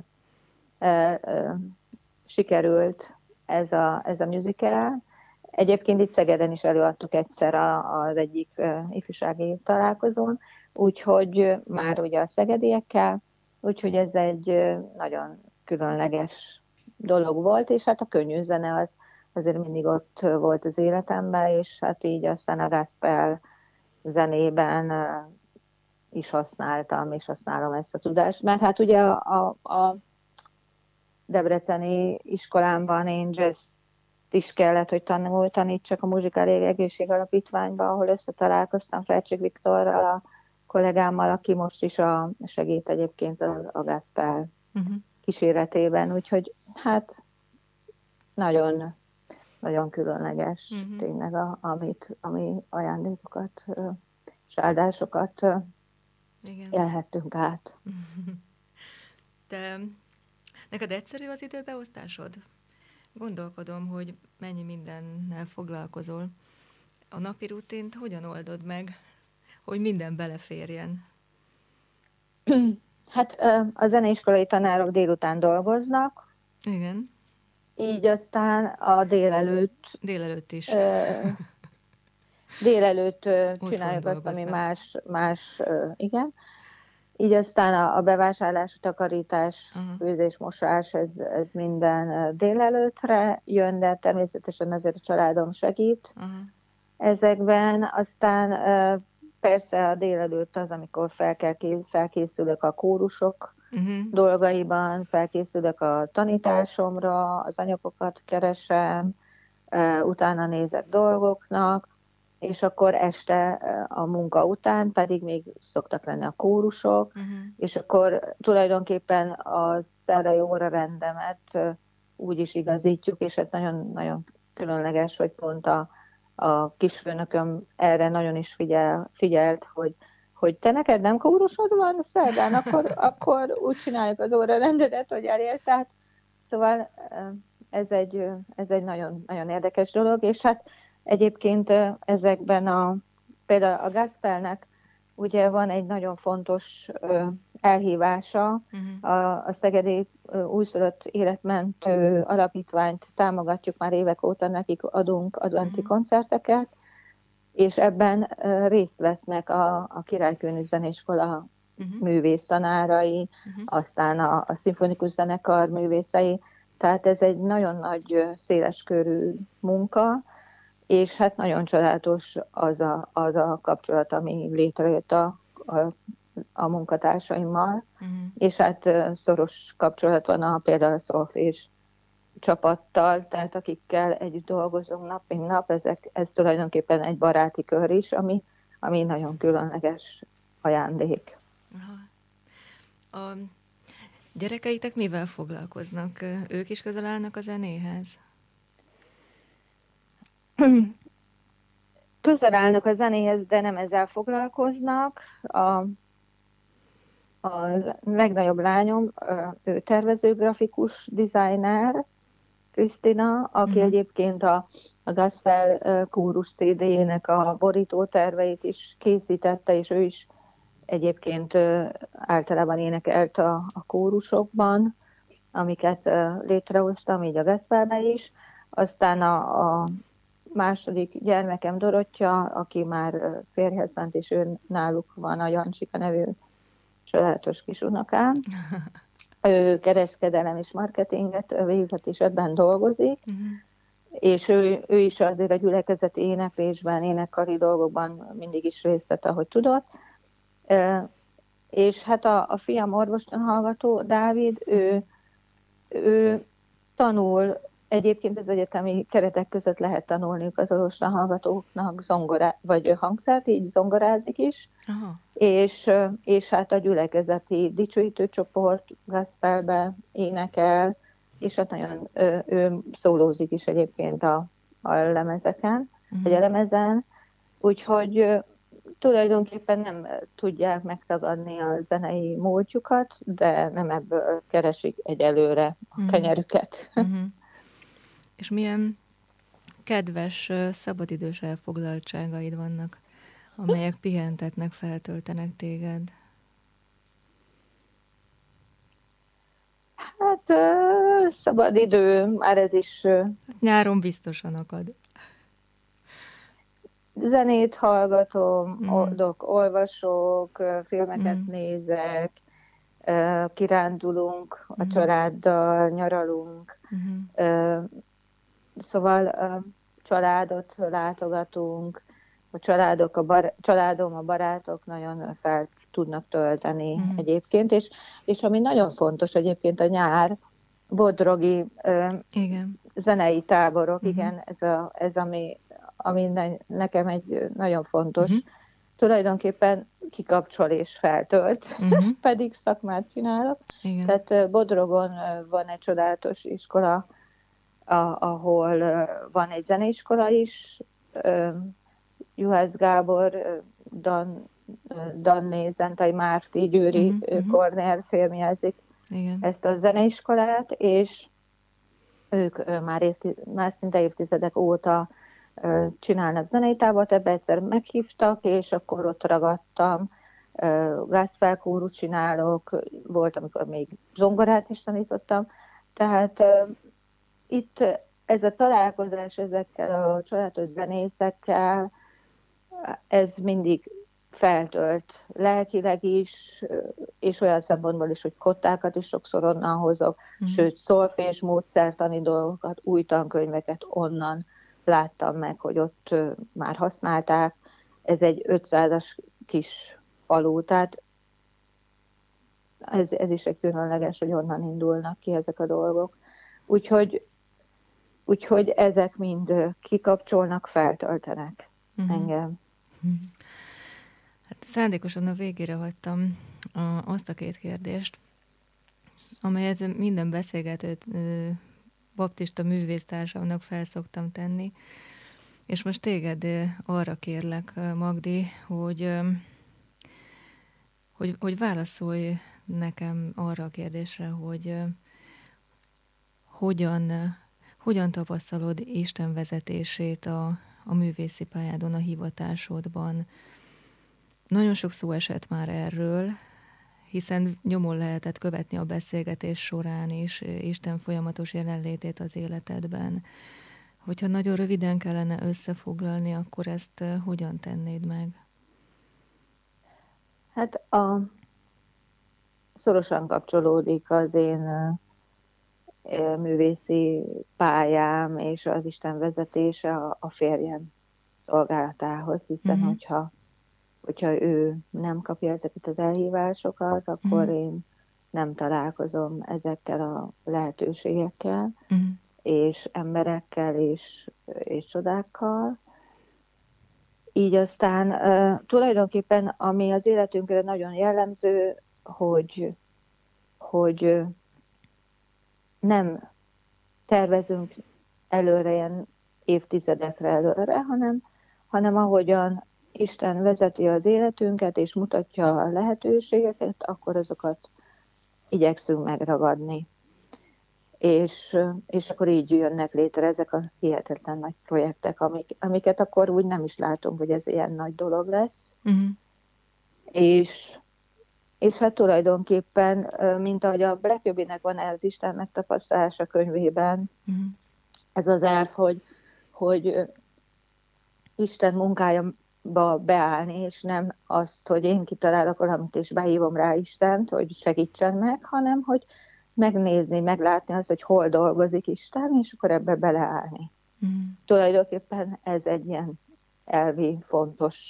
Speaker 3: sikerült ez a musical. Egyébként itt Szegeden is előadtuk egyszer az egyik ifjúsági találkozón, úgyhogy már ugye a szegediekkel, úgyhogy ez egy nagyon különleges dolog volt, és hát a könnyű zene azért mindig ott volt az életemben, és hát így aztán a gospel zenében is használtam, és használom ezt a tudást, mert hát ugye a debreceni iskolámban én jazz is kellett, hogy tanítsak a Muzsikális Egészségalapítványba, ahol összetalálkoztam Felcsik Viktorral, a kollégámmal, aki most is segít egyébként a gospel kíséretében, úgyhogy hát nagyon, nagyon különleges tényleg, ami ajándékokat és áldásokat élhettünk át.
Speaker 2: Te, neked egyszerű az időbeosztásod? Gondolkodom, hogy mennyi mindennel foglalkozol. A napi rutint hogyan oldod meg, hogy minden beleférjen?
Speaker 3: Hát a zeneiskolai tanárok délután dolgoznak.
Speaker 2: Igen.
Speaker 3: Így aztán a délelőtt
Speaker 2: is.
Speaker 3: Délelőtt csináljuk azt, ami más, igen. Így aztán a bevásárlás, a takarítás, főzés, mosás, ez minden délelőttre jön, de természetesen azért a családom segít ezekben. Aztán persze a délelőtt az, amikor felkészülök a kórusok dolgaiban, felkészülök a tanításomra, az anyagokat keresem, utána nézek dolgoknak, és akkor este a munka után pedig még szoktak lenni a kórusok, és akkor tulajdonképpen a szerrai órarendemet úgy is igazítjuk, és hát nagyon különleges, hogy pont a kisfőnököm erre nagyon is figyelt, hogy te neked nem kórusod van szerdán, akkor úgy csináljuk az órarendedet, hogy elérted. Szóval ez egy nagyon, nagyon érdekes dolog, és hát egyébként ezekben például a gospelnek ugye van egy nagyon fontos elhívása, a Szegedi Újszülött Életmentő Alapítványt támogatjuk már évek óta, nekik adunk adventi koncerteket, és ebben részt vesznek a Király-Kőni Zeneiskola művésztanárai, aztán a szimfonikus zenekar művészei, tehát ez egy nagyon nagy széleskörű munka, és hát nagyon csodálatos az a kapcsolat, ami létrejött a munkatársaimmal, és hát szoros kapcsolat van például a szolfés csapattal, tehát akikkel együtt dolgozunk nap, mint nap, ez tulajdonképpen egy baráti kör is, ami nagyon különleges ajándék.
Speaker 2: A gyerekeitek mivel foglalkoznak? Ők is közel állnak a zenéhez?
Speaker 3: Közel állnak a zenéhez, de nem ezzel foglalkoznak. A legnagyobb lányom, ő tervező, grafikus, designer, Krisztina, aki egyébként a gospel kórus CD-jének a borító terveit is készítette, és ő is egyébként általában énekelt a kórusokban, amiket létrehoztam, így a gospelben is. Aztán a második gyermekem Dorottya, aki már férjhez ment, és ő náluk van a Jancsika nevű csodálatos kis unokám. Ő kereskedelem és marketinget végzett, és ebben dolgozik, és ő is azért a gyülekezeti éneklésben, énekkari dolgokban mindig is részt vett, ahogy tudott. És hát a fiam orvostan hallgató, Dávid, ő tanul. Egyébként az egyetemi keretek között lehet tanulniuk az orvostan hallgatóknak vagy hangszert, így zongorázik is, és hát a gyülekezeti dicsőítő csoport gospelbe énekel, és hát nagyon ő szólózik is egyébként a lemezeken, vagy a lemezen, úgyhogy tulajdonképpen nem tudják megtagadni a zenei múltjukat, de nem ebből keresik egyelőre a kenyerüket.
Speaker 2: És milyen kedves, szabadidős elfoglaltságaid vannak, amelyek pihentetnek, feltöltenek téged?
Speaker 3: Hát szabadidő, már ez is...
Speaker 2: Nyáron biztosan akad.
Speaker 3: Zenét hallgatom, olvasok, filmeket nézek, kirándulunk a családdal, nyaralunk. Szóval családot látogatunk, a családom, a barátok nagyon fel tudnak tölteni egyébként, és ami nagyon fontos egyébként a nyár, bodrogi
Speaker 2: Igen.
Speaker 3: zenei táborok, igen, ez ami nekem egy nagyon fontos, tulajdonképpen kikapcsol és feltölt, pedig szakmát csinálok.
Speaker 2: Igen.
Speaker 3: Tehát Bodrogon van egy csodálatos iskola, ahol van egy zeneiskola is, Juhász Gábor, Danné, Zentai Márti, Győri Kornél filmjelzik ezt a zeneiskolát, és ők már szinte évtizedek óta csinálnak zenei tábort, ebbe egyszer meghívtak, és akkor ott ragadtam. Gospel kórus csinálok, volt, amikor még zongorát is tanítottam, tehát itt ez a találkozás ezekkel a csodálatos zenészekkel, ez mindig feltölt lelkileg is, és olyan szempontból is, hogy kottákat is sokszor onnan hozok, sőt szolfés módszertani dolgokat, új tankönyveket onnan láttam meg, hogy ott már használták. Ez egy 500-as kis falu, tehát ez is egy különleges, hogy onnan indulnak ki ezek a dolgok. Úgyhogy ezek mind kikapcsolnak, feltöltenek engem.
Speaker 2: Hát szándékosan a végére hagytam azt a két kérdést, amelyet minden beszélgetőt baptista művésztársamnak fel szoktam tenni. És most téged arra kérlek, Magdi, hogy válaszolj nekem arra a kérdésre, hogy hogyan tapasztalod Isten vezetését a művészi pályádon, a hivatásodban. Nagyon sok szó esett már erről, hiszen nyomon lehetett követni a beszélgetés során is Isten folyamatos jelenlétét az életedben. Hogyha nagyon röviden kellene összefoglalni, akkor ezt hogyan tennéd meg?
Speaker 3: Hát szorosan kapcsolódik az én művészi pályám és az Isten vezetése a férjem szolgálatához, hiszen hogyha ő nem kapja ezeket az elhívásokat, akkor én nem találkozom ezekkel a lehetőségekkel, és emberekkel, és csodákkal. Így aztán tulajdonképpen, ami az életünkre nagyon jellemző, hogy nem tervezünk előre, ilyen évtizedekre előre, hanem ahogyan Isten vezeti az életünket, és mutatja a lehetőségeket, akkor azokat igyekszünk megragadni. És akkor így jönnek létre ezek a hihetetlen nagy projektek, amiket akkor úgy nem is látunk, hogy ez ilyen nagy dolog lesz. És hát tulajdonképpen, mint ahogy a Black Jobinek van az Isten megtapasztalása könyvében, ez az elv, hogy Isten munkájába beállni, és nem azt, hogy én kitalálok valamit, és behívom rá Istent, hogy segítsen meg, hanem hogy megnézni, meglátni azt, hogy hol dolgozik Isten, és akkor ebbe beleállni. Tulajdonképpen ez egy ilyen elvi, fontos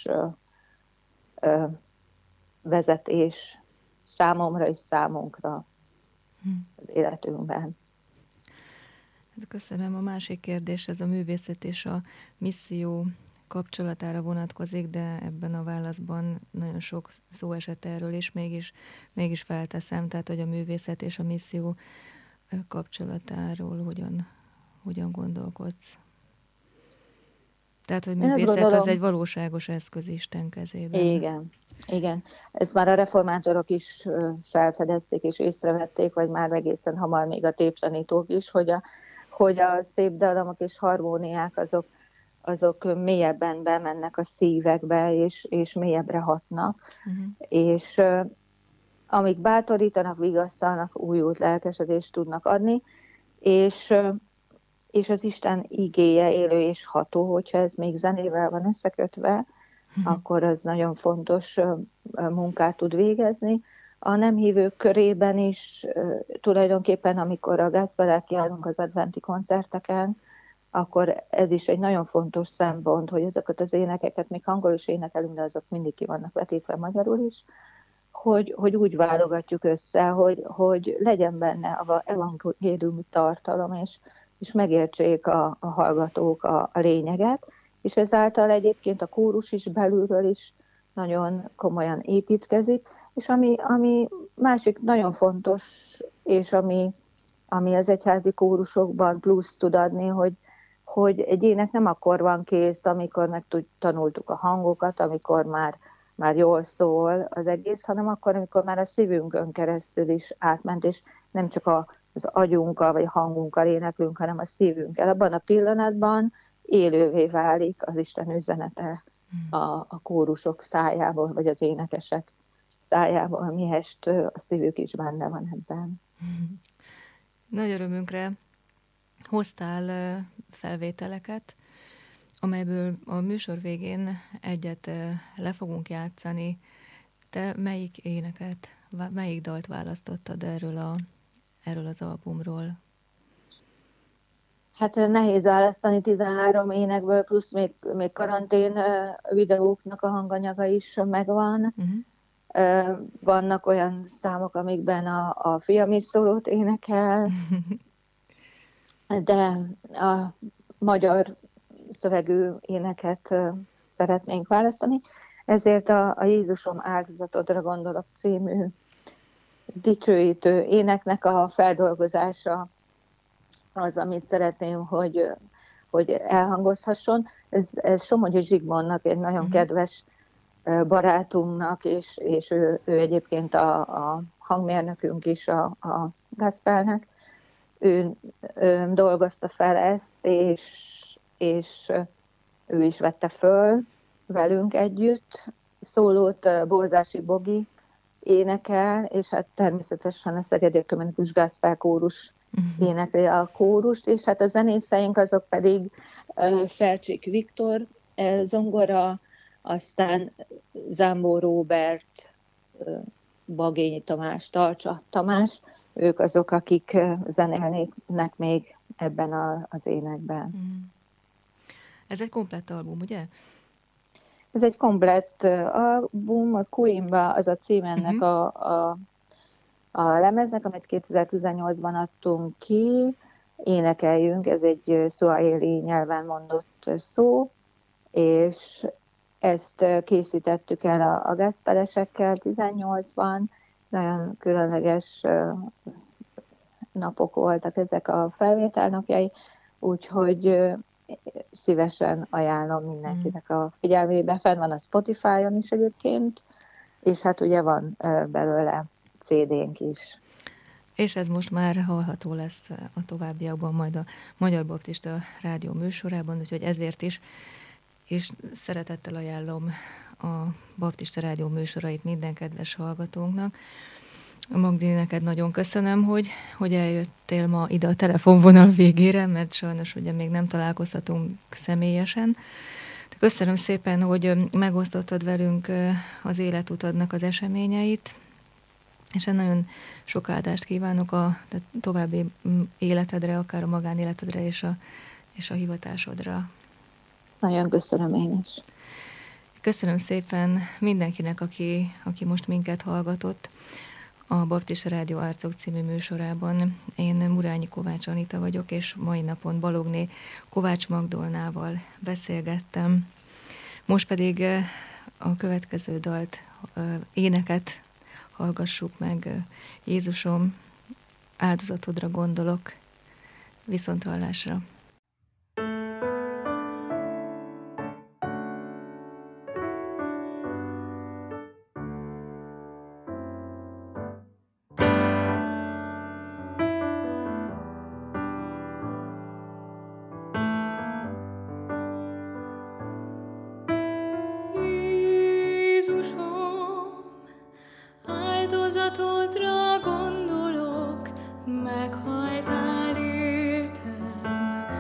Speaker 3: vezetés számomra és számunkra az életünkben.
Speaker 2: Köszönöm. A másik kérdés, ez a művészet és a misszió kapcsolatára vonatkozik, de ebben a válaszban nagyon sok szó esett erről, és mégis felteszem, tehát hogy a művészet és a misszió kapcsolatáról hogyan gondolkodsz? Tehát, hogy művészet az egy valóságos eszköz Isten kezében.
Speaker 3: Igen. Ezt már a reformátorok is felfedezték és észrevették, vagy már egészen hamar még a téptanítók is, hogy a szép dallamok és harmóniák azok mélyebben bemennek a szívekbe, és mélyebbre hatnak. És amik bátorítanak, vigasztalnak, újult lelkesedést tudnak adni, és az Isten igéje élő és ható, hogyha ez még zenével van összekötve, akkor az nagyon fontos munkát tud végezni. A nem hívők körében is tulajdonképpen, amikor a gospelek járunk az adventi koncerteken, akkor ez is egy nagyon fontos szempont, hogy ezeket az énekeket még angolul is énekelünk, de azok mindig ki vannak vetítve magyarul is, hogy úgy válogatjuk össze, hogy legyen benne a evangéliumi tartalom, és megértsék a hallgatók a lényeget, és ezáltal egyébként a kórus is belülről is nagyon komolyan építkezik, és ami másik nagyon fontos, és ami az egyházi kórusokban plusz tud adni, hogy egy ének nem akkor van kész, amikor megtanultuk a hangokat, amikor már jól szól az egész, hanem akkor, amikor már a szívünkön keresztül is átment, és nem csak az agyunkkal vagy hangunkkal éneklünk, hanem a szívünkkel. Abban a pillanatban élővé válik az Isten üzenete a kórusok szájából, vagy az énekesek szájából, mihest a szívük is benne van ebben.
Speaker 2: Nagy örömünkre hoztál felvételeket, amelyből a műsor végén egyet le fogunk játszani. Te melyik éneket, melyik dalt választottad erről az albumról?
Speaker 3: Hát nehéz választani 13 énekből, plusz még karantén videóknak a hanganyaga is megvan. Vannak olyan számok, amikben a fiam is szólót énekel, de a magyar szövegű éneket szeretnénk választani. Ezért a Jézusom áldozatodra gondolok című dicsőítő éneknek a feldolgozása az, amit szeretném, hogy elhangozhasson. Ez Somogyi Zsigmondnak, egy nagyon kedves barátunknak, és ő egyébként a hangmérnökünk is a Gospelnek. Ő dolgozta fel ezt, és ő is vette föl velünk együtt. Szólót Borzási Bogi énekel, és hát természetesen a Szegedi Ökumenikus Gospel kórus énekli a kórust, és hát a zenészeink azok pedig Felcsik Viktor zongora, aztán Zámbó Róbert, Bagényi Tamás, Talcsa Tamás, ők azok, akik zenélnének még ebben az énekben.
Speaker 2: Ez egy komplett album, ugye?
Speaker 3: Ez egy komplett album, a Kuimba az a cím ennek a lemeznek, amit 2018-ban adtunk ki, énekeljünk, ez egy szuahili nyelven mondott szó, és ezt készítettük el a gospelesekkel 18-ban, nagyon különleges napok voltak ezek a felvételnapjai, úgyhogy szívesen ajánlom mindenkinek a figyelmébe. Fenn van a Spotify-on is egyébként, és hát ugye van belőle CD-nk is.
Speaker 2: És ez most már hallható lesz a továbbiakban majd a Magyar Baptista Rádió műsorában, úgyhogy ezért is, és szeretettel ajánlom a Baptista Rádió műsorait minden kedves hallgatónknak. Magdi, neked nagyon köszönöm, hogy eljöttél ma ide a telefonvonal végére, mert sajnos ugye még nem találkozhatunk személyesen. De köszönöm szépen, hogy megosztottad velünk az életutadnak az eseményeit, és nagyon sok áldást kívánok a további életedre, akár a magánéletedre és a hivatásodra.
Speaker 3: Nagyon köszönöm én is.
Speaker 2: Köszönöm szépen mindenkinek, aki most minket hallgatott a Baptista Rádió Arcok című műsorában. Én Murányi Kovács Anita vagyok, és mai napon Balogné Kovács Magdolnával beszélgettem. Most pedig a következő dalt, éneket hallgassuk meg. Jézusom, áldozatodra gondolok. Viszonthallásra.
Speaker 4: Áldozatodra gondolok, meghajtál értem,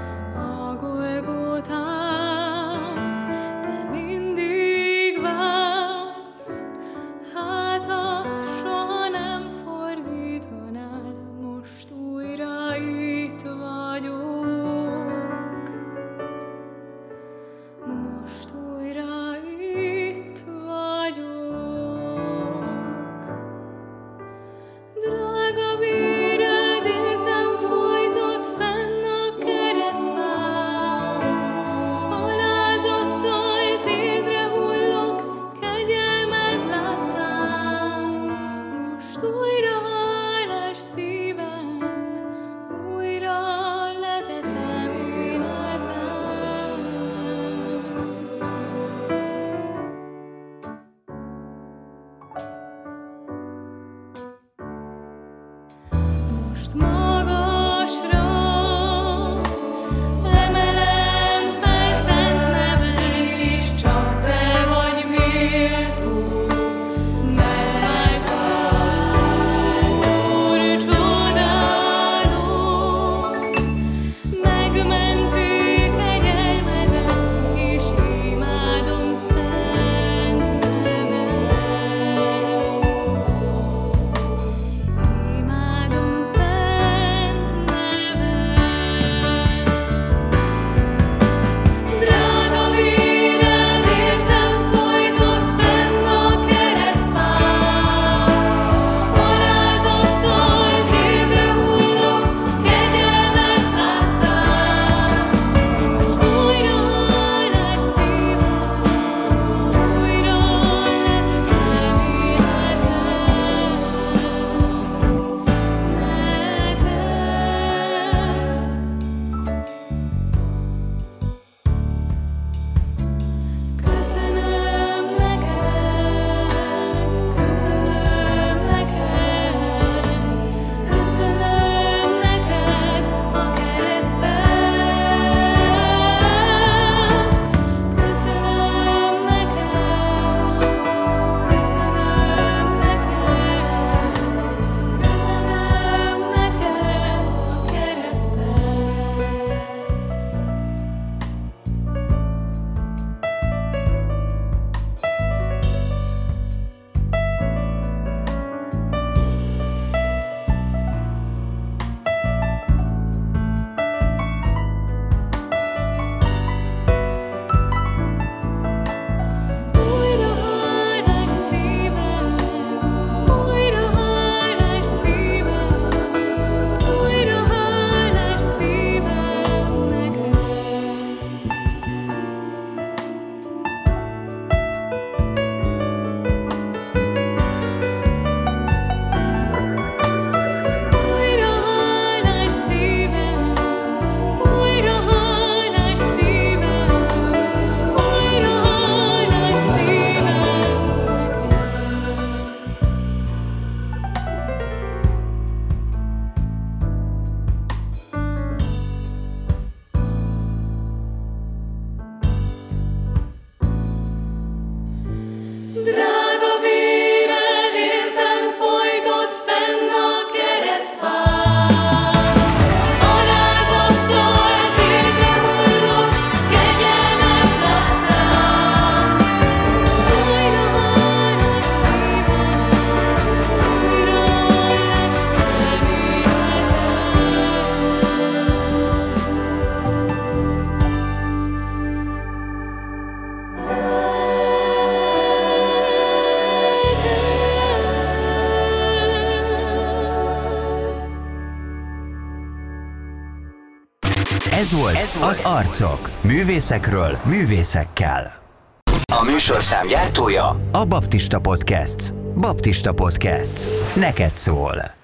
Speaker 1: Ez volt az Arcok. Művészekről, művészekkel. A műsorszám gyártója a Baptista Podcast. Baptista Podcast. Neked szól.